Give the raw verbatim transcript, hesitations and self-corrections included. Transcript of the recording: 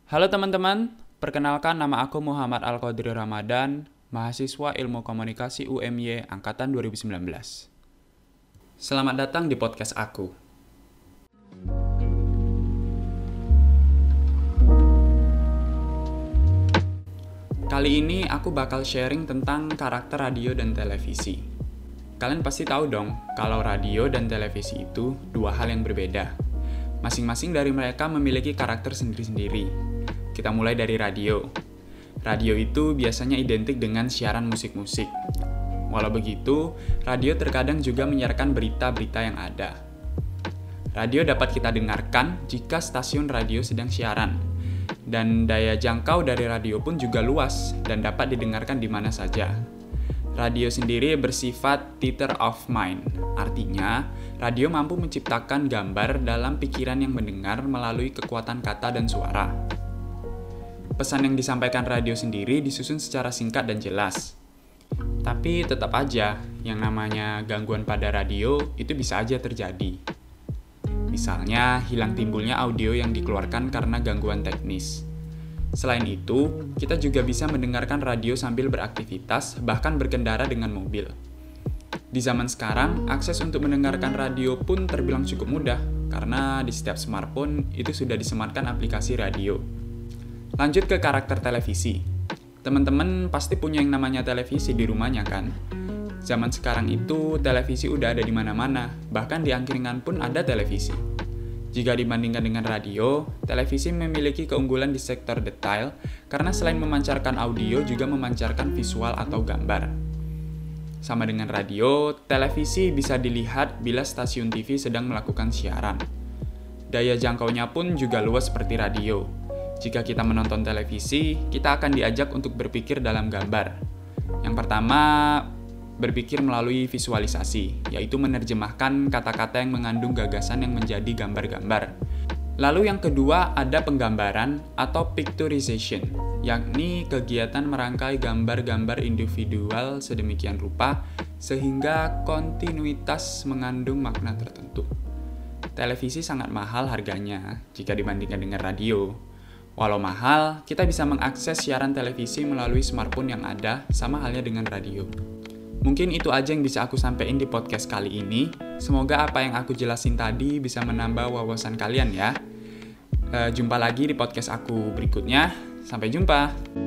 Halo teman-teman, perkenalkan nama aku Muhammad Al-Qadri Ramadan, mahasiswa Ilmu Komunikasi U M Y Angkatan dua ribu sembilan belas. Selamat datang di podcast aku. Kali ini aku bakal sharing tentang karakter radio dan televisi. Kalian pasti tahu dong, kalau radio dan televisi itu dua hal yang berbeda. Masing-masing dari mereka memiliki karakter sendiri-sendiri. Kita mulai dari radio. Radio itu biasanya identik dengan siaran musik-musik. Walau begitu, radio terkadang juga menyiarkan berita-berita yang ada. Radio dapat kita dengarkan jika stasiun radio sedang siaran. Dan daya jangkau dari radio pun juga luas dan dapat didengarkan di mana saja. Radio sendiri bersifat theater of mind. Artinya, radio mampu menciptakan gambar dalam pikiran yang mendengar melalui kekuatan kata dan suara. Pesan yang disampaikan radio sendiri disusun secara singkat dan jelas. Tapi tetap aja, yang namanya gangguan pada radio itu bisa aja terjadi. Misalnya, hilang timbulnya audio yang dikeluarkan karena gangguan teknis. Selain itu, kita juga bisa mendengarkan radio sambil beraktivitas, bahkan berkendara dengan mobil. Di zaman sekarang, akses untuk mendengarkan radio pun terbilang cukup mudah, karena di setiap smartphone itu sudah disematkan aplikasi radio. Lanjut ke karakter televisi. Teman-teman pasti punya yang namanya televisi di rumahnya kan? Zaman sekarang itu televisi udah ada di mana-mana, bahkan di angkringan pun ada televisi. Jika dibandingkan dengan radio, televisi memiliki keunggulan di sektor detail karena selain memancarkan audio juga memancarkan visual atau gambar. Sama dengan radio, televisi bisa dilihat bila stasiun T V sedang melakukan siaran. Daya jangkaunya pun juga luas seperti radio. Jika kita menonton televisi, kita akan diajak untuk berpikir dalam gambar. Yang pertama, berpikir melalui visualisasi, yaitu menerjemahkan kata-kata yang mengandung gagasan yang menjadi gambar-gambar. Lalu yang kedua ada penggambaran atau picturization, yakni kegiatan merangkai gambar-gambar individual sedemikian rupa sehingga kontinuitas mengandung makna tertentu. Televisi sangat mahal harganya jika dibandingkan dengan radio. Walau mahal, kita bisa mengakses siaran televisi melalui smartphone yang ada, sama halnya dengan radio. Mungkin itu aja yang bisa aku sampaikan di podcast kali ini. Semoga apa yang aku jelasin tadi bisa menambah wawasan kalian ya. E, jumpa lagi di podcast aku berikutnya. Sampai jumpa.